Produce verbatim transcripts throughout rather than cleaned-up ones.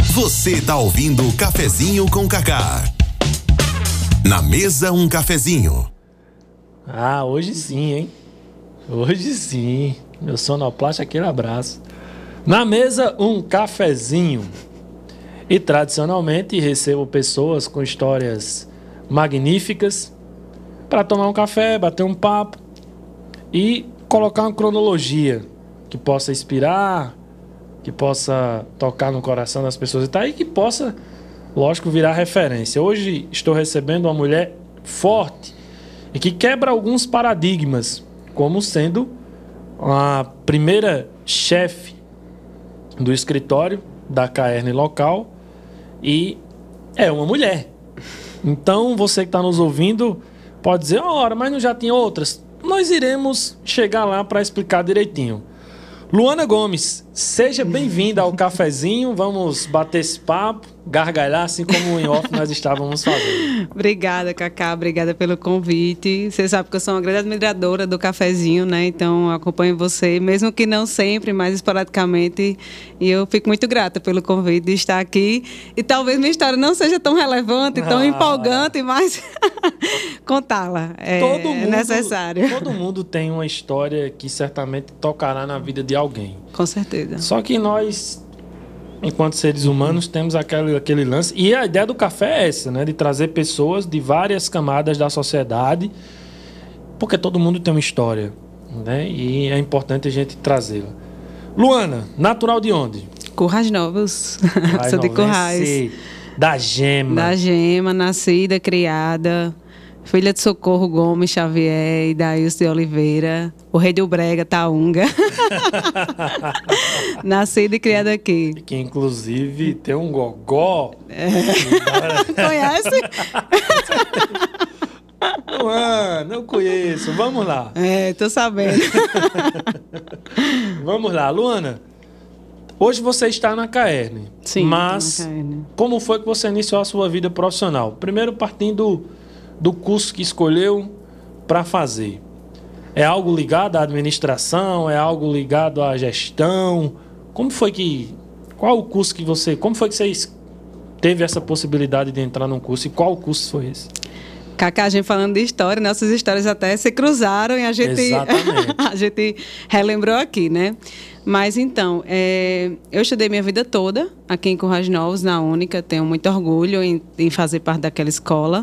Você tá ouvindo o Cafezinho com Cacá. Na mesa, um cafezinho. Ah, hoje sim, hein? Hoje sim. Meu sonoplasta, aquele abraço. Na mesa, um cafezinho. E tradicionalmente recebo pessoas com histórias magníficas para tomar um café, bater um papo e colocar uma cronologia que possa inspirar, que possa tocar no coração das pessoas e tal, e que possa, lógico, virar referência. Hoje estou recebendo uma mulher forte e que quebra alguns paradigmas, como sendo a primeira chefe do escritório da Caerne local e é uma mulher. Então, você que está nos ouvindo pode dizer, ora, mas não já tinha outras? Nós iremos chegar lá para explicar direitinho. Luana Gomes, seja bem-vinda ao cafezinho. Vamos bater esse papo, gargalhar, assim como em off nós estávamos fazendo. Obrigada, Cacá. Obrigada pelo convite. Você sabe que eu sou uma grande admiradora do cafezinho, né? Então, eu acompanho você, mesmo que não sempre, mas esporadicamente. E eu fico muito grata pelo convite de estar aqui. E talvez minha história não seja tão relevante, tão ah, empolgante, mas contá-la é todo mundo, necessário. Todo mundo tem uma história que certamente tocará na vida de alguém. Com certeza. Só que nós, enquanto seres humanos, temos aquele, aquele lance. E a ideia do café é essa, né? De trazer pessoas de várias camadas da sociedade, porque todo mundo tem uma história, né? E é importante a gente trazê-la. Luana, natural de onde? Currais Novos. Sou de Currais. Da Gema. Da Gema, nascida, criada. Filha de Socorro Gomes Xavier e Daílson de Oliveira, o rei do Brega, Taunga. Nascida e criada aqui. Que inclusive tem um gogó. É. Conhece? Luana, não conheço. Vamos lá. É, tô sabendo. Vamos lá, Luana. Hoje você está na Caerne. Sim, mas na Caerne. Como foi que você iniciou a sua vida profissional? Primeiro partindo do curso que escolheu para fazer. É algo ligado à administração? É algo ligado à gestão? Como foi que... Qual o curso que você... Como foi que você teve essa possibilidade de entrar num curso? E qual curso foi esse? Cacá, a gente falando de história, nossas histórias até se cruzaram e a gente... Exatamente. A gente relembrou aqui, né? Mas então, é, eu estudei minha vida toda aqui em Currais Novos, na Única. Tenho muito orgulho em, em fazer parte daquela escola.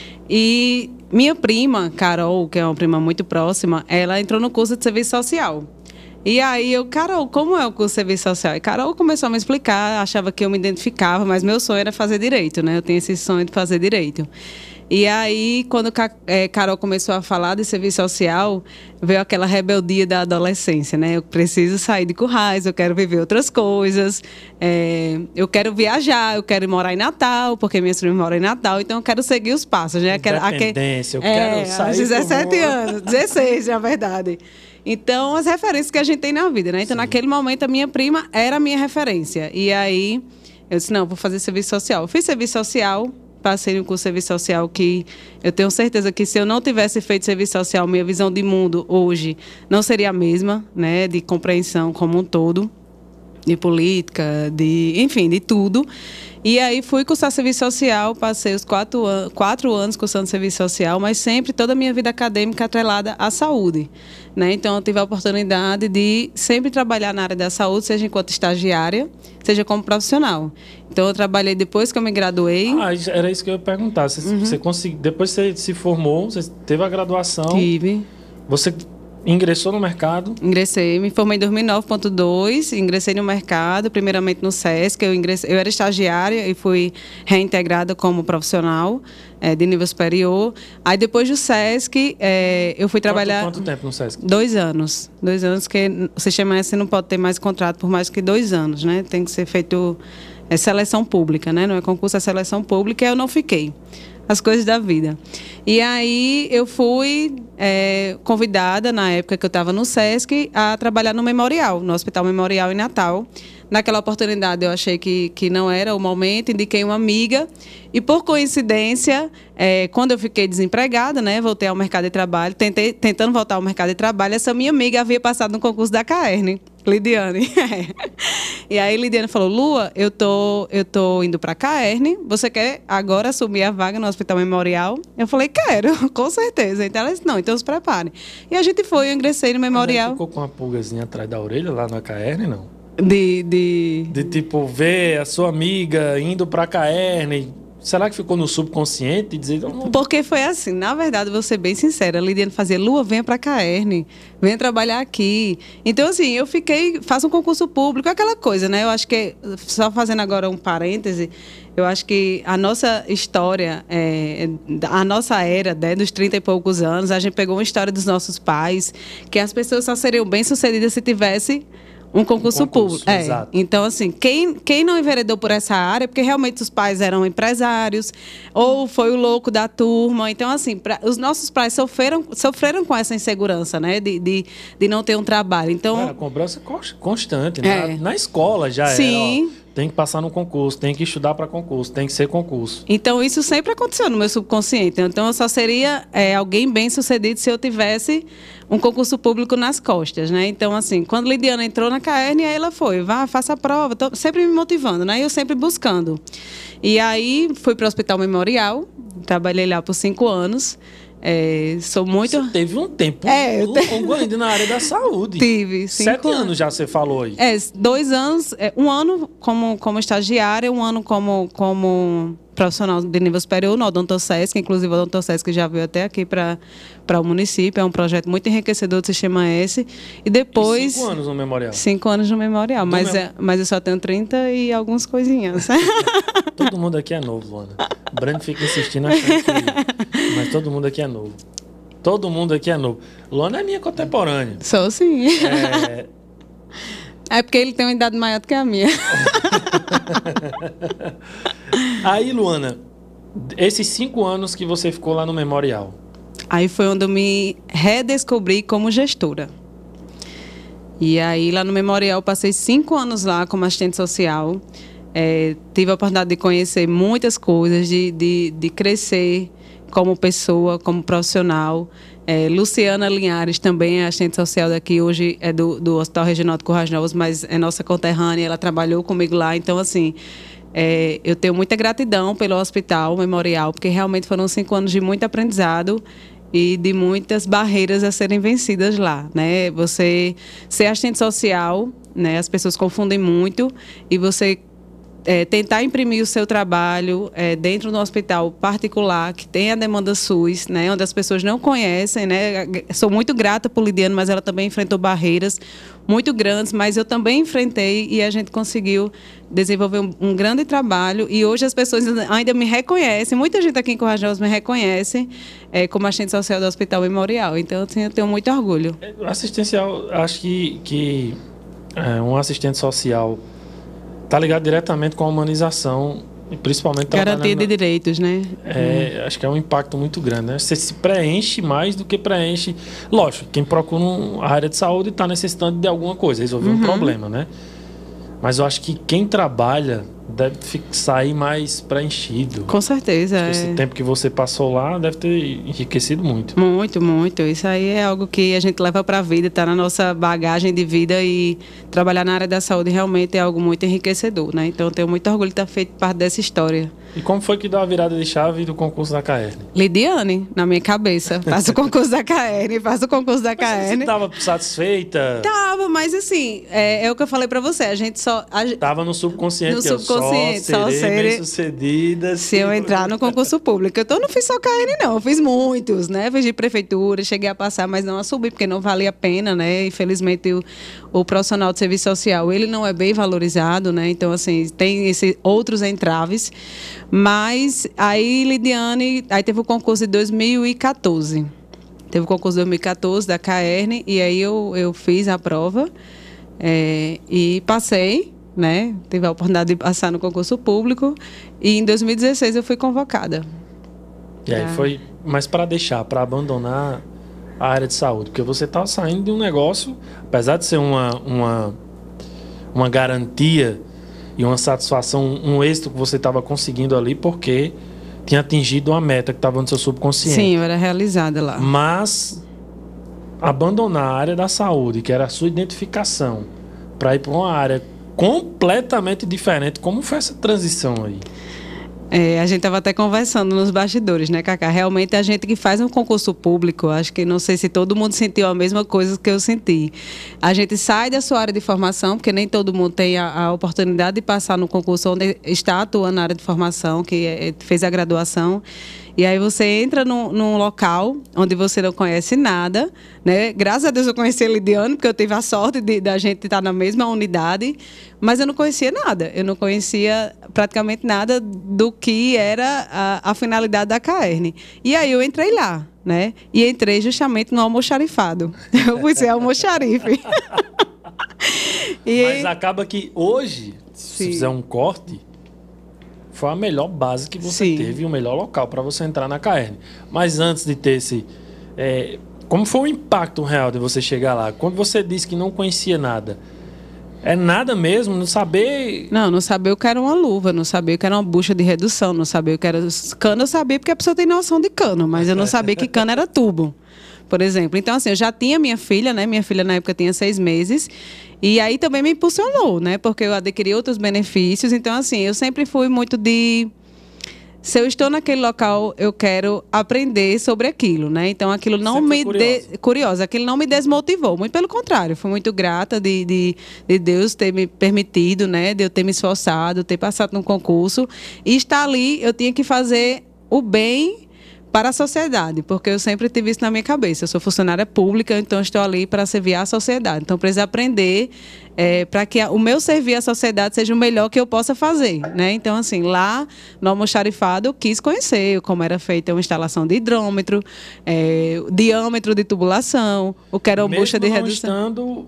E minha prima, Carol, que é uma prima muito próxima, ela entrou no curso de serviço social. E aí eu, Carol, como é o curso de serviço social? E Carol começou a me explicar, achava que eu me identificava, mas meu sonho era fazer direito, né? Eu tenho esse sonho de fazer direito. E aí, quando é, Carol começou a falar de serviço social, veio aquela rebeldia da adolescência, né? Eu preciso sair de Currais, eu quero viver outras coisas, é, eu quero viajar, eu quero morar em Natal, porque minha sobrinha mora em Natal, então eu quero seguir os passos, né? Independência, eu é, quero sair aos dezessete anos, dezesseis, na verdade. Então, as referências que a gente tem na vida, né? Então, sim, naquele momento, a minha prima era a minha referência. E aí, eu disse, não, vou fazer serviço social. Eu fiz serviço social, passei no curso de serviço social que eu tenho certeza que se eu não tivesse feito serviço social, minha visão de mundo hoje não seria a mesma, né? De compreensão como um todo, de política, de, enfim, de tudo. E aí fui cursar serviço social, passei os quatro, an quatro anos cursando serviço social, mas sempre toda a minha vida acadêmica atrelada à saúde, né? Então eu tive a oportunidade de sempre trabalhar na área da saúde, seja enquanto estagiária, seja como profissional. Então eu trabalhei depois que eu me graduei. Ah, era isso que eu ia perguntar. Você, uhum. você consegui, depois que você se formou, você teve a graduação. Tive. Você ingressou no mercado? Ingressei, me formei em dois mil e nove ponto dois, ingressei no mercado, primeiramente no SESC, eu, ingressei, eu era estagiária e fui reintegrada como profissional é, de nível superior. Aí depois do SESC, é, eu fui trabalhar... Quanto, quanto tempo no SESC? Dois anos. Dois anos, que o sistema S não pode ter mais contrato por mais que dois anos, né? Tem que ser feito é, seleção pública, né? Não é concurso, é seleção pública, e eu não fiquei. As coisas da vida. E aí eu fui é, convidada, na época que eu estava no SESC, a trabalhar no Memorial, no Hospital Memorial em Natal. Naquela oportunidade eu achei que, que não era o momento, indiquei uma amiga e, por coincidência, é, quando eu fiquei desempregada, né, voltei ao mercado de trabalho, tentei, tentando voltar ao mercado de trabalho, essa minha amiga havia passado no concurso da Caerne. Lidiane. E aí Lidiane falou, Lua, eu tô, eu tô indo pra Caerne, você quer agora assumir a vaga no Hospital Memorial? Eu falei, quero, com certeza. Então ela disse, não, então se prepare. E a gente foi, eu ingressei no Memorial. Ficou com uma pulgazinha atrás da orelha lá na Caerne, não? De, de... De tipo, ver a sua amiga indo pra Caerne. Será que ficou no subconsciente? Dizer, não... Porque foi assim, na verdade, vou ser bem sincera, a Lidiane fazia, Lua, venha pra Caerne, venha trabalhar aqui. Então, assim, eu fiquei, faço um concurso público, aquela coisa, né? Eu acho que, só fazendo agora um parêntese, eu acho que a nossa história, é, a nossa era, né, dos trinta e poucos anos, a gente pegou uma história dos nossos pais, que as pessoas só seriam bem-sucedidas se tivesse um concurso, um concurso público. É. Exato. Então, assim, quem, quem não enveredou por essa área, porque realmente os pais eram empresários, ou foi o louco da turma. Então, assim, pra, os nossos pais sofreram, sofreram com essa insegurança, né? De, de, de não ter um trabalho. Então, era cobrança constante. É. Na, na escola já Sim. era, ó, tem que passar no concurso, tem que estudar para concurso, tem que ser concurso. Então, isso sempre aconteceu no meu subconsciente. Então, eu só seria é, alguém bem-sucedido se eu tivesse um concurso público nas costas, né? Então, assim, quando Lidiana entrou na Caerne, aí ela foi, vá, faça a prova, tô sempre me motivando, né? Eu sempre buscando. E aí, fui para o Hospital Memorial, trabalhei lá por cinco anos. É, sou muito... Você teve um tempo é, longo ainda na área da saúde. Tive. Sete anos. anos já você falou aí. É, dois anos, é, um ano como, como estagiária, um ano como, como profissional de nível superior no Odontosesc, inclusive o Odontosesc já veio até aqui para o município, é um projeto muito enriquecedor do Sistema S. E depois... E cinco anos no Memorial. Cinco anos no Memorial, mas, mem... é, mas eu só tenho trinta e algumas coisinhas. Todo mundo aqui é novo, Luana. O Brando fica insistindo achando que... Mas todo mundo aqui é novo. Todo mundo aqui é novo. Luana é minha contemporânea. Sou sim. É... É porque ele tem uma idade maior do que a minha. Aí, Luana, esses cinco anos que você ficou lá no Memorial. Aí foi onde eu me redescobri como gestora. E aí, lá no Memorial, passei cinco anos lá como assistente social. É, tive a oportunidade de conhecer muitas coisas, de, de, de crescer como pessoa, como profissional. É, Luciana Linhares também é assistente social daqui, hoje é do, do Hospital Regional de Currais Novos, mas é nossa conterrânea, ela trabalhou comigo lá. Então, assim, é, eu tenho muita gratidão pelo Hospital Memorial, porque realmente foram cinco anos de muito aprendizado e de muitas barreiras a serem vencidas lá, né? Você ser assistente social, né? As pessoas confundem muito, e você É, tentar imprimir o seu trabalho é, dentro do hospital particular, que tem a demanda SUS, né, onde as pessoas não conhecem, né? Sou muito grata por Lidiane, mas ela também enfrentou barreiras muito grandes, mas eu também enfrentei e a gente conseguiu desenvolver um, um grande trabalho, e hoje as pessoas ainda me reconhecem, muita gente aqui em Currais Novos me reconhece é, como assistente social do Hospital Memorial, então assim, eu tenho muito orgulho. Assistencial, acho que, que é, um assistente social está ligado diretamente com a humanização, e principalmente... Garantia de direitos, né? É, hum. Acho que é um impacto muito grande, né? Você se preenche mais do que preenche... Lógico, quem procura um, a área de saúde está necessitando de alguma coisa, resolver uhum. um problema, né? Mas eu acho que quem trabalha deve sair mais preenchido. Com certeza. É. Esse tempo que você passou lá deve ter enriquecido muito. Muito, muito. Isso aí é algo que a gente leva para a vida, está na nossa bagagem de vida, e trabalhar na área da saúde realmente é algo muito enriquecedor, né? Então eu tenho muito orgulho de ter feito parte dessa história. E como foi que deu a virada de chave do concurso da Caerne? Lidiane, na minha cabeça. Faço o concurso da Caerne, faço o concurso da Caerne. Você estava satisfeita? Tava, mas assim, é, é o que eu falei para você, a gente só... A, tava no subconsciente, no subconsciente, só serei só ser bem-sucedida se eu entrar no concurso público. Então eu não fiz só Caerne, não, eu fiz muitos, né? Fiz de prefeitura, cheguei a passar, mas não a subir, porque não valia a pena, né? Infelizmente o, o profissional de serviço social, ele não é bem valorizado, né? Então, assim, tem esses outros entraves. Mas aí, Lidiane, aí teve o concurso de dois mil e quatorze. Teve o concurso de dois mil e quatorze da Caerne, e aí eu, eu fiz a prova é, e passei, né? Tive a oportunidade de passar no concurso público, e em dois mil e dezesseis eu fui convocada. E aí foi, mas para deixar, para abandonar a área de saúde, porque você estava saindo de um negócio, apesar de ser uma, uma, uma garantia e uma satisfação, um êxito que você estava conseguindo ali, porque tinha atingido uma meta que estava no seu subconsciente. Sim, eu era realizada lá. Mas abandonar a área da saúde, que era a sua identificação, para ir para uma área completamente diferente. Como foi essa transição aí? É, a gente estava até conversando nos bastidores, né, Cacá? Realmente a gente que faz um concurso público, acho que não sei se todo mundo sentiu a mesma coisa que eu senti. A gente sai da sua área de formação, porque nem todo mundo tem a, a oportunidade de passar no concurso onde está atuando na área de formação, que é, fez a graduação. E aí você entra num, num local onde você não conhece nada, né? Graças a Deus eu conheci a Lidiane, porque eu tive a sorte de, da gente estar na mesma unidade, mas eu não conhecia nada. Eu não conhecia praticamente nada do que era a, a finalidade da CAERN. E aí eu entrei lá, né? E entrei justamente no almoxarifado. Eu fui ser almoxarife. E... Mas acaba que hoje, se Sim. fizer um corte, foi a melhor base que você Sim. teve, o melhor local para você entrar na CAERN. Mas antes de ter esse... É, como foi o impacto real de você chegar lá? Quando você disse que não conhecia nada, é nada mesmo? Não saber... Não, não sabia o que era uma luva, não sabia o que era uma bucha de redução, não sabia o que era... Cano eu sabia porque a pessoa tem noção de cano, mas eu não sabia que cano era tubo, por exemplo. Então, assim, eu já tinha minha filha, né? Minha filha, na época, tinha seis meses. E aí também me impulsionou, né? Porque eu adquiri outros benefícios. Então, assim, eu sempre fui muito de... Se eu estou naquele local, eu quero aprender sobre aquilo, né? Então, aquilo não Sempre me... foi curiosa. De... Curiosa. Aquilo não me desmotivou. Muito pelo contrário. Fui muito grata de, de, de Deus ter me permitido, né? De eu ter me esforçado, ter passado num concurso. E estar ali, eu tinha que fazer o bem para a sociedade, porque eu sempre tive isso na minha cabeça. Eu sou funcionária pública, então estou ali para servir à sociedade. Então, preciso aprender é, para que o meu servir à sociedade seja o melhor que eu possa fazer, né? Então, assim, lá no almoxarifado, eu quis conhecer como era feita uma instalação de hidrômetro, é, diâmetro de tubulação, o que era uma bucha de não redução. Estando,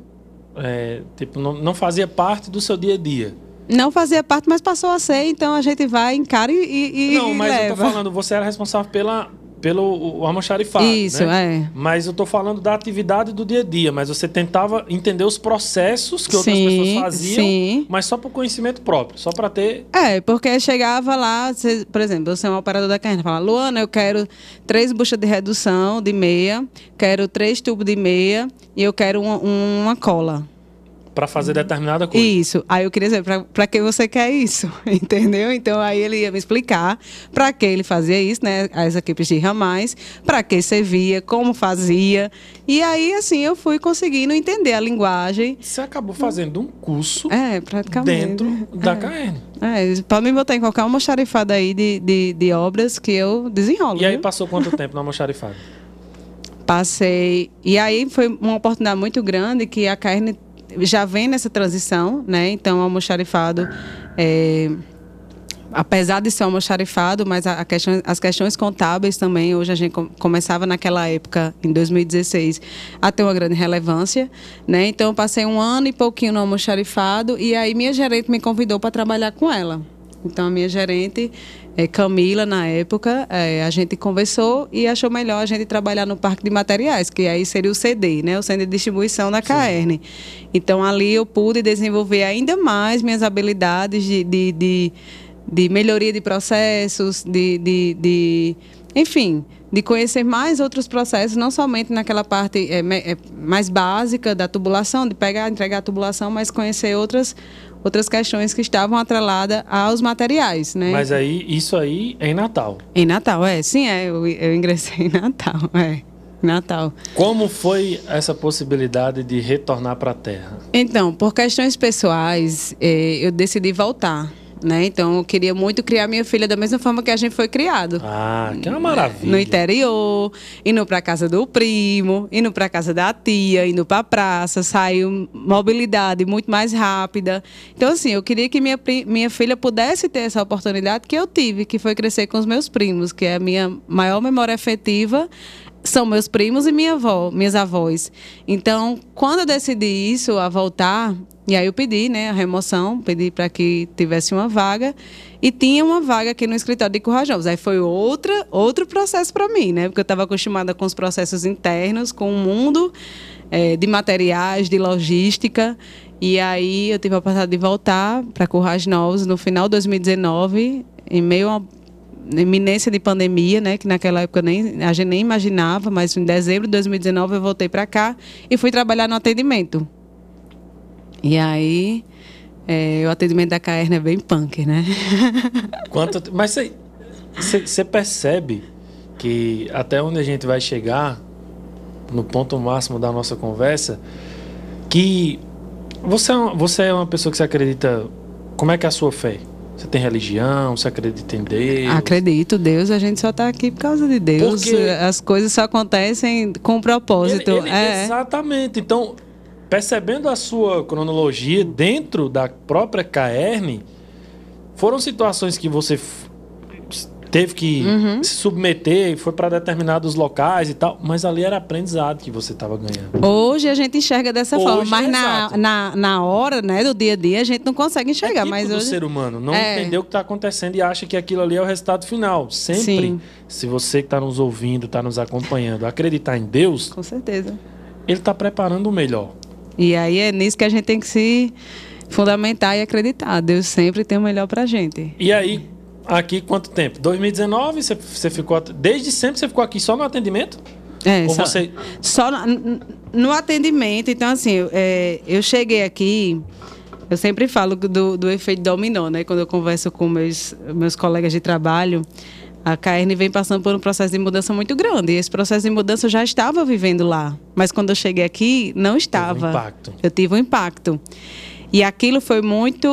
é, tipo, não, não fazia parte do seu dia a dia. Não fazia parte, mas passou a ser, então a gente vai, encara e, e Não, mas leva. eu tô falando, você era responsável pela, pelo o almoxarifado, Isso, né? é. Mas eu tô falando da atividade do dia a dia, mas você tentava entender os processos que outras Sim, pessoas faziam, sim. mas só por conhecimento próprio, só para ter... É, porque chegava lá, você, por exemplo, você é um operador da carne, fala, Luana, eu quero três buchas de redução de meia, quero três tubos de meia e eu quero uma, uma cola. Para fazer determinada coisa. Isso. Aí eu queria dizer, para que você quer isso? Entendeu? Então, aí ele ia me explicar para que ele fazia isso, né? As equipes de ramais, para que servia, como fazia. E aí, assim, eu fui conseguindo entender a linguagem. Você acabou fazendo um curso é, praticamente. dentro da é. CAERN. É, pode me botar em qualquer almoxarifado aí de, de, de obras que eu desenrolo. E aí viu? passou quanto tempo no almoxarifado? Passei... E aí foi uma oportunidade muito grande que a CAERN já vem nessa transição, né? Então, o almoxarifado, é, apesar de ser almoxarifado, mas a, a questão, as questões contábeis também, hoje a gente com, começava naquela época, em dois mil e dezesseis, a ter uma grande relevância, né? Então, eu passei um ano e pouquinho no almoxarifado e aí minha gerente me convidou para trabalhar com ela. Então, a minha gerente, é, Camila, na época, é, a gente conversou e achou melhor a gente trabalhar no parque de materiais, que aí seria o C D, né? O Centro de Distribuição da CAERN. Então, ali eu pude desenvolver ainda mais minhas habilidades de, de, de, de melhoria de processos, de, de, de, enfim, de conhecer mais outros processos, não somente naquela parte é, é, mais básica da tubulação, de pegar, entregar a tubulação, mas conhecer outras outras questões que estavam atreladas aos materiais, né? Mas aí, isso aí é em Natal. Em Natal, é. Sim, é. Eu, eu ingressei em Natal, é. Natal. Como foi essa possibilidade de retornar para a Terra? Então, por questões pessoais, eh, eu decidi voltar, né? Então, eu queria muito criar minha filha da mesma forma que a gente foi criado. Ah, que é uma maravilha. No interior, indo para casa do primo, indo para casa da tia, indo para a praça, saiu mobilidade muito mais rápida. Então, assim, eu queria que minha, minha filha pudesse ter essa oportunidade que eu tive, que foi crescer com os meus primos, que é a minha maior memória afetiva, são meus primos e minha avó, minhas avós. Então, quando eu decidi isso, a voltar, e aí eu pedi, né, a remoção, pedi para que tivesse uma vaga, e tinha uma vaga aqui no escritório de Currais Novos. Aí foi outra, outro processo para mim, né, porque eu estava acostumada com os processos internos, com o mundo é, de materiais, de logística, e aí eu tive a oportunidade de voltar para Currais Novos no final de dois mil e dezenove, em meio a iminência de pandemia, né, que naquela época nem, a gente nem imaginava, mas em dezembro de dois mil e dezenove eu voltei para cá e fui trabalhar no atendimento. E aí, é, o atendimento da Caerne é bem punk, né? Quanto, mas você percebe que até onde a gente vai chegar, no ponto máximo da nossa conversa, que você é uma, você é uma pessoa que você acredita... Como é que é a sua fé? Você tem religião? Você acredita em Deus? Acredito, Deus. A gente só está aqui por causa de Deus. Porque as coisas só acontecem com um propósito. Ele, ele, é. Exatamente. Então, percebendo a sua cronologia dentro da própria Caerne, foram situações que você teve que uhum. se submeter e foi para determinados locais e tal, mas ali era aprendizado que você estava ganhando. Hoje a gente enxerga dessa hoje, forma, mas é na, na, na hora, né, do dia a dia, a gente não consegue enxergar. É tipo mas do hoje... ser humano, não é. entendeu o que está acontecendo e acha que aquilo ali é o resultado final. Sempre, Sim. se você que está nos ouvindo, está nos acompanhando, acreditar em Deus, com certeza, Ele está preparando o melhor. E aí é nisso que a gente tem que se fundamentar e acreditar. Deus sempre tem o melhor pra gente. E aí, aqui quanto tempo? dois mil e dezenove, você, você ficou... Desde sempre você ficou aqui só no atendimento? É, Ou só, você... só no, no atendimento. Então, assim, eu, é, eu cheguei aqui... Eu sempre falo do, do efeito dominó, né? Quando eu converso com meus, meus colegas de trabalho, a Caerne vem passando por um processo de mudança muito grande. E esse processo de mudança eu já estava vivendo lá. Mas quando eu cheguei aqui, não estava. Teve um impacto. Eu tive um impacto. E aquilo foi muito...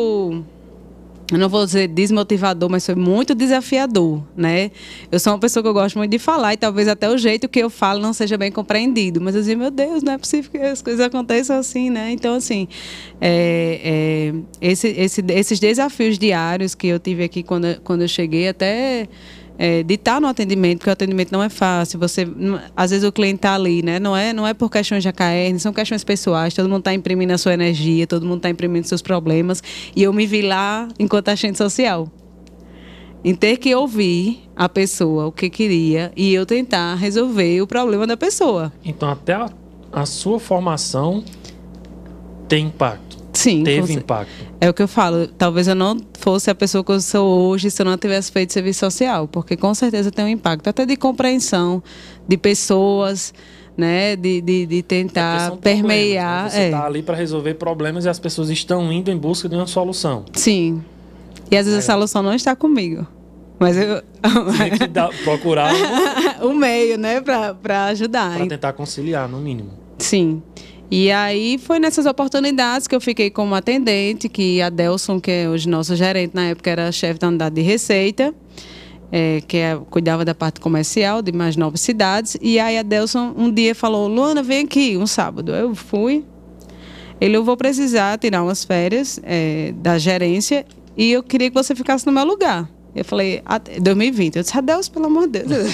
Eu não vou dizer desmotivador, mas foi muito desafiador, né? Eu sou uma pessoa que eu gosto muito de falar e talvez até o jeito que eu falo não seja bem compreendido. Mas eu dizia, meu Deus, não é possível que as coisas aconteçam assim, né? Então, assim, é, é, esse, esse, esses desafios diários que eu tive aqui quando, quando eu cheguei, até... É, de estar no atendimento, porque o atendimento não é fácil. Você, às vezes o cliente está ali, né? Não é, não é por questões de Caerne, são questões pessoais. Todo mundo está imprimindo a sua energia, todo mundo está imprimindo seus problemas. E eu me vi lá enquanto agente social. Em ter que ouvir a pessoa, o que queria, e eu tentar resolver o problema da pessoa. Então, até a, a sua formação tem impacto. Sim. Teve impacto. É o que eu falo. Talvez eu não fosse a pessoa que eu sou hoje se eu não tivesse feito serviço social. Porque com certeza tem um impacto. Até de compreensão de pessoas, né? De, de, de tentar permear. Né? Você está é. ali para resolver problemas e as pessoas estão indo em busca de uma solução. Sim. E às vezes é. a solução não está comigo. Mas eu... Tem que dar, procurar o um meio, né? Para ajudar. Para tentar conciliar, no mínimo. Sim. E aí foi nessas oportunidades que eu fiquei como atendente, que a Delson, que é hoje nosso gerente, na época era chefe da unidade de receita, é, que é, cuidava da parte comercial de mais nove cidades. E aí a Delson um dia falou, Luana, vem aqui, um sábado. Eu fui. Ele, eu vou precisar tirar umas férias é, da gerência e eu queria que você ficasse no meu lugar. Eu falei, dois mil e vinte. Eu disse, Adelson, pelo amor de Deus.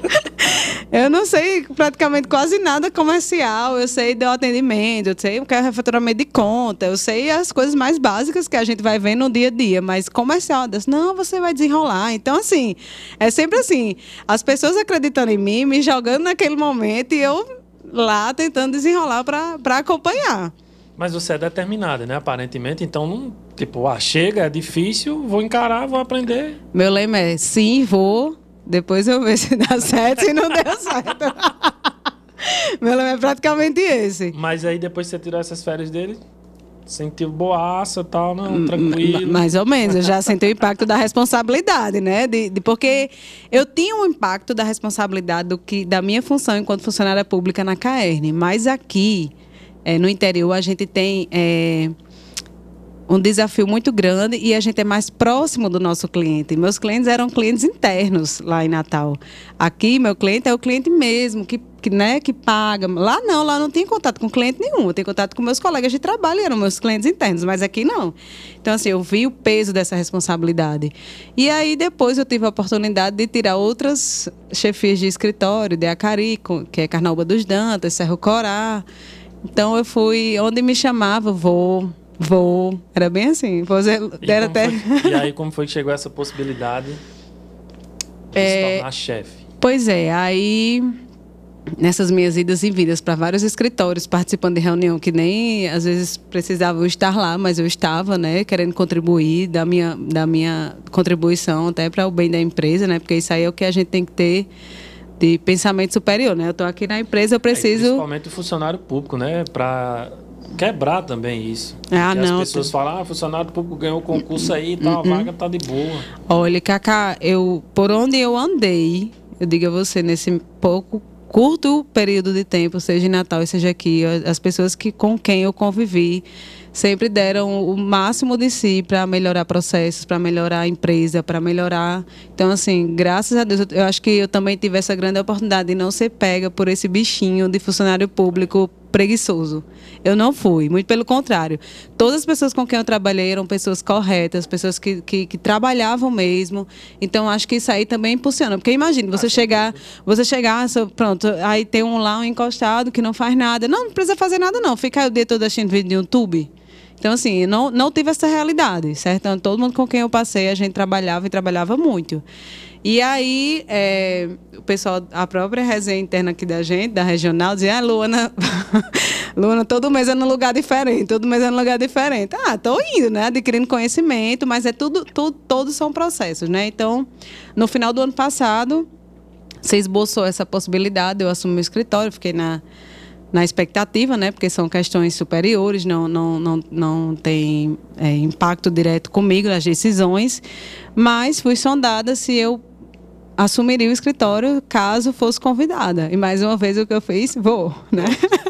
Eu não sei praticamente quase nada comercial, eu sei do atendimento, eu sei o que é refaturamento de conta, eu sei as coisas mais básicas que a gente vai ver no dia a dia, mas comercial, Deus, não, você vai desenrolar. Então, assim, é sempre assim, as pessoas acreditando em mim, me jogando naquele momento e eu lá tentando desenrolar para acompanhar. Mas você é determinada, né? Aparentemente, então, não, tipo, ah, chega, é difícil, vou encarar, vou aprender. Meu lema é, sim, vou... Depois eu vejo se dá certo e não deu certo. Meu nome é praticamente esse. Mas aí depois que você tirou essas férias dele, sentiu boaça e tal, não, tranquilo. Mais ou menos, eu já senti o impacto da responsabilidade, né? De, de, porque eu tinha um impacto da responsabilidade do que, da minha função enquanto funcionária pública na Caerne. Mas aqui, é, no interior, a gente tem... É, um desafio muito grande e a gente é mais próximo do nosso cliente. Meus clientes eram clientes internos lá em Natal. Aqui, meu cliente é o cliente mesmo, que, que, né, que paga. Lá não, lá não tem contato com cliente nenhum. Eu tenho contato com meus colegas de trabalho, eram meus clientes internos, mas aqui não. Então, assim, eu vi o peso dessa responsabilidade. E aí, depois, eu tive a oportunidade de tirar outras chefias de escritório, de Acari, que é Carnaúba dos Dantas, Cerro Corá. Então, eu fui, onde me chamava, vou... Vou. Era bem assim. Você, e, era até... foi, e aí, como foi que chegou essa possibilidade de é, se tornar chefe? Pois é, aí nessas minhas idas e vindas para vários escritórios, participando de reunião que nem às vezes precisavam estar lá, mas eu estava, né, querendo contribuir da minha, da minha contribuição até para o bem da empresa, né, porque isso aí é o que a gente tem que ter de pensamento superior, né? Eu estou aqui na empresa, eu preciso... É, principalmente o funcionário público, né, para... quebrar também isso. Ah, Porque não. As pessoas falam, ah, funcionário público ganhou o concurso aí e tal, a vaga tá de boa. Olha, Cacá, eu, por onde eu andei, eu digo a você, nesse pouco, curto período de tempo, seja em Natal e seja aqui, as pessoas que, com quem eu convivi sempre deram o máximo de si para melhorar processos, para melhorar a empresa, para melhorar. Então, assim, graças a Deus, eu, eu acho que eu também tive essa grande oportunidade de não ser pega por esse bichinho de funcionário público preguiçoso. Eu não fui, muito pelo contrário. Todas as pessoas com quem eu trabalhei eram pessoas corretas, pessoas que, que, que trabalhavam mesmo. Então, acho que isso aí também impulsiona. Porque imagine, você chegar, você chegar, pronto, aí tem um lá, um encostado que não faz nada. Não, não precisa fazer nada não, fica o dia todo assistindo vídeo no YouTube. Então, assim, não, não tive essa realidade, certo? Então, todo mundo com quem eu passei, a gente trabalhava e trabalhava muito. E aí, é, o pessoal, a própria resenha interna aqui da gente, da regional, dizia, ah, Luana, Luana, todo mês é num lugar diferente, todo mês é num lugar diferente. Ah, tô indo, né? Adquirindo conhecimento, mas é tudo, tudo, todos são processos, né? Então, no final do ano passado, você esboçou essa possibilidade, eu assumi o escritório, fiquei na... na expectativa, né? Porque são questões superiores, não, não, não, não tem é, impacto direto comigo nas decisões, mas fui sondada se eu assumiria o escritório caso fosse convidada. E mais uma vez o que eu fiz, vou, né?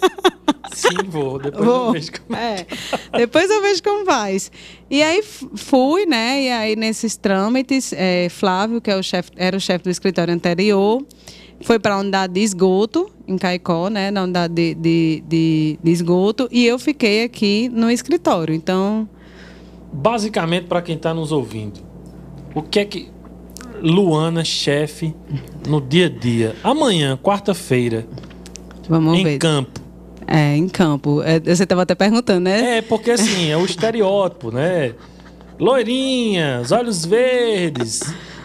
Sim, vou. Depois vou. eu vejo como é. Depois eu vejo como faz. E aí fui, né? E aí nesses trâmites, é, Flávio, que é o chefe, era o chefe do escritório anterior, foi para a unidade de esgoto, em Caicó, né, na unidade de, de, de, de esgoto, e eu fiquei aqui no escritório. Então, basicamente, para quem está nos ouvindo, o que é que Luana, chefe, no dia a dia, amanhã, quarta-feira, vamos em ver. campo? É, em campo. É, você estava até perguntando, né? É, porque assim, é o estereótipo, né? Loirinhas, olhos verdes,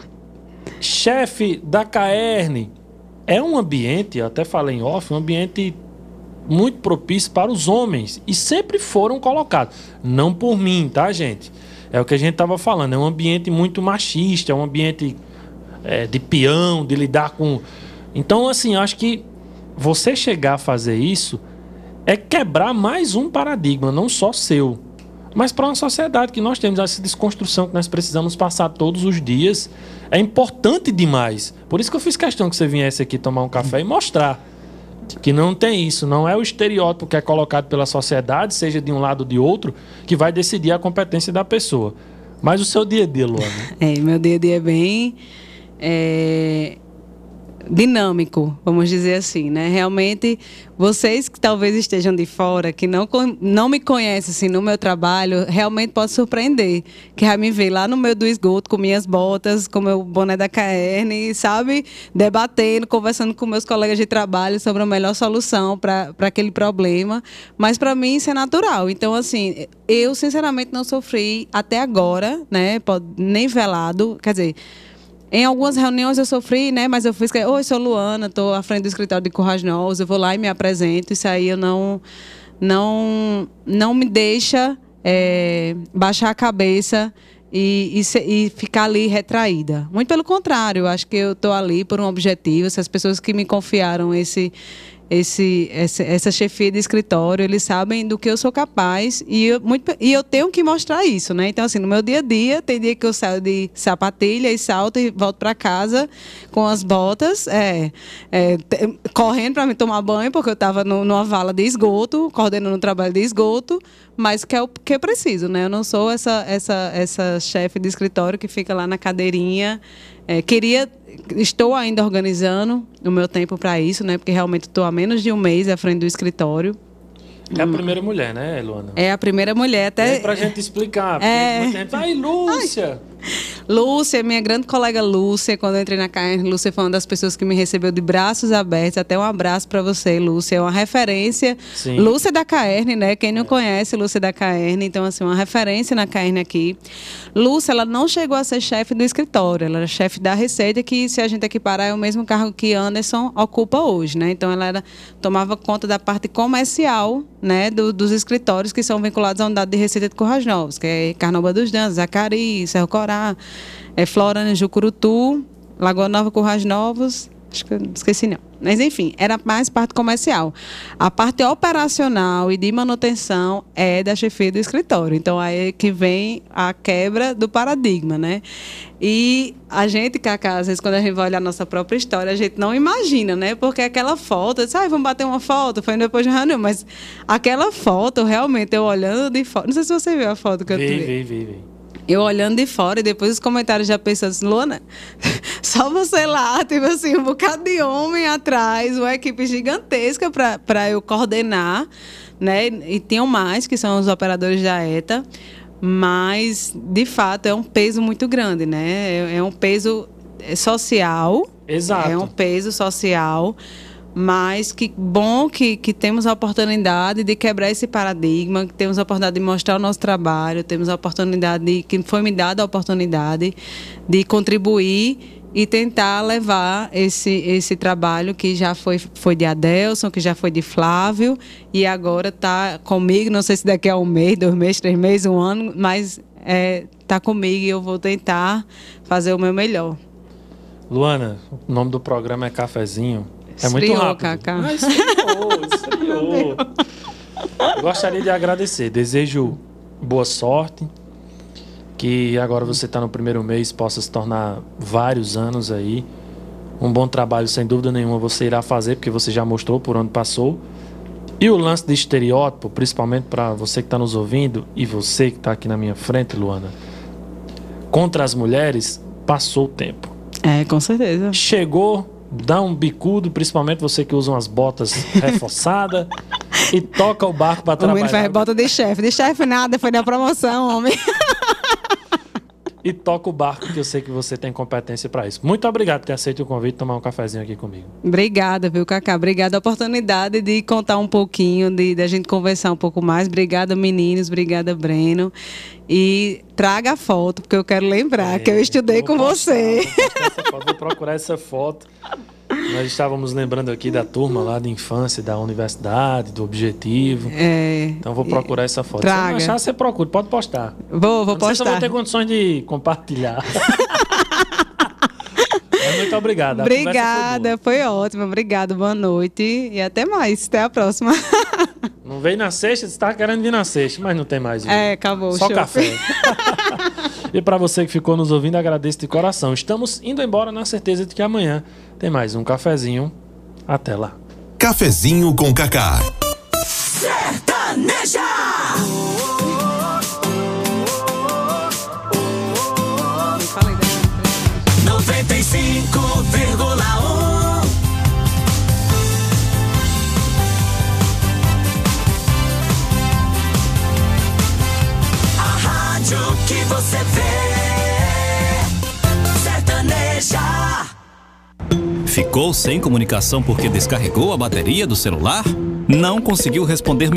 chefe da Caerne. É um ambiente, até falei em off, um ambiente muito propício para os homens. E sempre foram colocados. Não por mim, tá, gente? É o que a gente estava falando. É um ambiente muito machista, é um ambiente é, de peão, de lidar com... Então, assim, eu acho que você chegar a fazer isso é quebrar mais um paradigma, não só seu, mas para uma sociedade que nós temos essa desconstrução que nós precisamos passar todos os dias. É importante demais. Por isso que eu fiz questão que você viesse aqui tomar um café e mostrar que não tem isso. Não é o estereótipo que é colocado pela sociedade, seja de um lado ou de outro, que vai decidir a competência da pessoa. Mas o seu dia a dia, Luana? É, meu dia a dia é bem... É... dinâmico, vamos dizer assim, né? Realmente, vocês que talvez estejam de fora, que não, não me conhecem assim, no meu trabalho, realmente pode surpreender. Que vai me ver lá no meio do esgoto, com minhas botas, com meu boné da Caerne, sabe? Debatendo, conversando com meus colegas de trabalho sobre a melhor solução para aquele problema. Mas, para mim, isso é natural. Então, assim, eu, sinceramente, não sofri até agora, né? Nem velado, quer dizer... Em algumas reuniões eu sofri, né? Mas eu fiz que, oi, sou Luana, estou à frente do escritório de Currais Novos, eu vou lá e me apresento. Isso aí eu não, não, não me deixa é, baixar a cabeça e, e, se, e ficar ali retraída. Muito pelo contrário, eu acho que eu estou ali por um objetivo. Se as pessoas que me confiaram esse... Esse, essa, essa chefia de escritório, eles sabem do que eu sou capaz e eu, muito, e eu tenho que mostrar isso, né? Então, assim, no meu dia a dia, tem dia que eu saio de sapatilha e salto e volto para casa com as botas, é, é, te, correndo para me tomar banho, porque eu estava numa vala de esgoto, coordenando um trabalho de esgoto, mas que é o que eu preciso, né? Eu não sou essa, essa, essa chefe de escritório que fica lá na cadeirinha. É, queria, estou ainda organizando o meu tempo para isso, né? Porque realmente estou há menos de um mês à frente do escritório. É a primeira mulher, né, Luana? É a primeira mulher. Até... É pra gente explicar. Porque é... muita gente... Ai, Lúcia! Ai. Lúcia, minha grande colega Lúcia, quando eu entrei na Caerne, Lúcia foi uma das pessoas que me recebeu de braços abertos. Até um abraço para você, Lúcia. É uma referência. Sim. Lúcia da Caerne, né? Quem não é. conhece Lúcia da Caerne, então, assim, uma referência na Caerne aqui. Lúcia, ela não chegou a ser chefe do escritório, ela era chefe da Receita, que, se a gente equiparar, é o mesmo cargo que Anderson ocupa hoje, né? Então, ela era, tomava conta da parte comercial, né, do, dos escritórios que são vinculados à unidade de Receita de Currais Novos, que é Carnaúba dos Dantas, Zacari, Cerro Corá, é Florânia, Jucurutu, Lagoa Nova, Currais Novos, acho que eu esqueci não. Mas, enfim, era mais parte comercial. A parte operacional e de manutenção é da chefia do escritório. Então, aí é que vem a quebra do paradigma, né? E a gente, Cacá, às vezes, quando a gente vai olhar a nossa própria história, a gente não imagina, né? Porque aquela foto, eu disse, ah, vamos bater uma foto, foi depois de reunião, mas aquela foto, realmente, eu olhando de fora, não sei se você viu a foto que eu tirei. Vi, vi, vi, vi. Eu olhando de fora e depois os comentários já pensando assim, Luana, só você lá, tipo assim, um bocado de homem atrás, uma equipe gigantesca para eu coordenar, né? E tinham mais, que são os operadores da ETA, mas, de fato, é um peso muito grande, né? É, é um peso social. Exato. É um peso social. Mas que bom que, que temos a oportunidade de quebrar esse paradigma, que temos a oportunidade de mostrar o nosso trabalho, temos a oportunidade, de, que foi me dada a oportunidade de contribuir e tentar levar esse, esse trabalho que já foi, foi de Adelson, que já foi de Flávio, e agora está comigo, não sei se daqui a um mês, dois meses, três meses, um ano, mas está é, comigo e eu vou tentar fazer o meu melhor. Luana, o nome do programa é Cafezinho. É muito Esfriou, rápido. Cacá. Ah, esfriou, esfriou. Eu gostaria de agradecer. Desejo boa sorte. Que agora você está no primeiro mês, possa se tornar vários anos aí. Um bom trabalho, sem dúvida nenhuma, você irá fazer, porque você já mostrou por onde passou. E o lance de estereótipo, principalmente para você que está nos ouvindo e você que está aqui na minha frente, Luana, contra as mulheres, passou o tempo. É, com certeza. Chegou... Dá um bicudo, principalmente você que usa umas botas reforçadas e toca o barco para trabalhar. O menino faz bota de chefe. De chefe nada, foi na promoção, homem. E toca o barco, que eu sei que você tem competência para isso. Muito obrigado por ter aceito o convite e tomar um cafezinho aqui comigo. Obrigada, viu, Cacá? Obrigada a oportunidade de contar um pouquinho, de, de a gente conversar um pouco mais. Obrigada, meninos. Obrigada, Breno. E traga a foto, porque eu quero lembrar é, que eu estudei eu com postar, você. Vou, foto, vou procurar essa foto. Nós estávamos lembrando aqui da turma lá de infância, da universidade, do objetivo. É, então vou procurar essa foto. Traga. Se não achar, você procura, pode postar. Vou, vou não postar. Não sei se eu vou ter condições de compartilhar. Mas muito obrigado. Obrigada, foi, foi ótimo. Obrigada, boa noite e até mais. Até a próxima. Não veio na sexta, você estava querendo vir na sexta, mas não tem mais. Viu? É, acabou. Só show. Café. E para você que ficou nos ouvindo, agradeço de coração. Estamos indo embora na certeza de que amanhã tem mais um cafezinho. Até lá. Cafezinho com Cacá. Sertaneja! noventa e cinco vírgula um A rádio que você vê, Sertaneja. Ficou sem comunicação porque descarregou a bateria do celular? Não conseguiu responder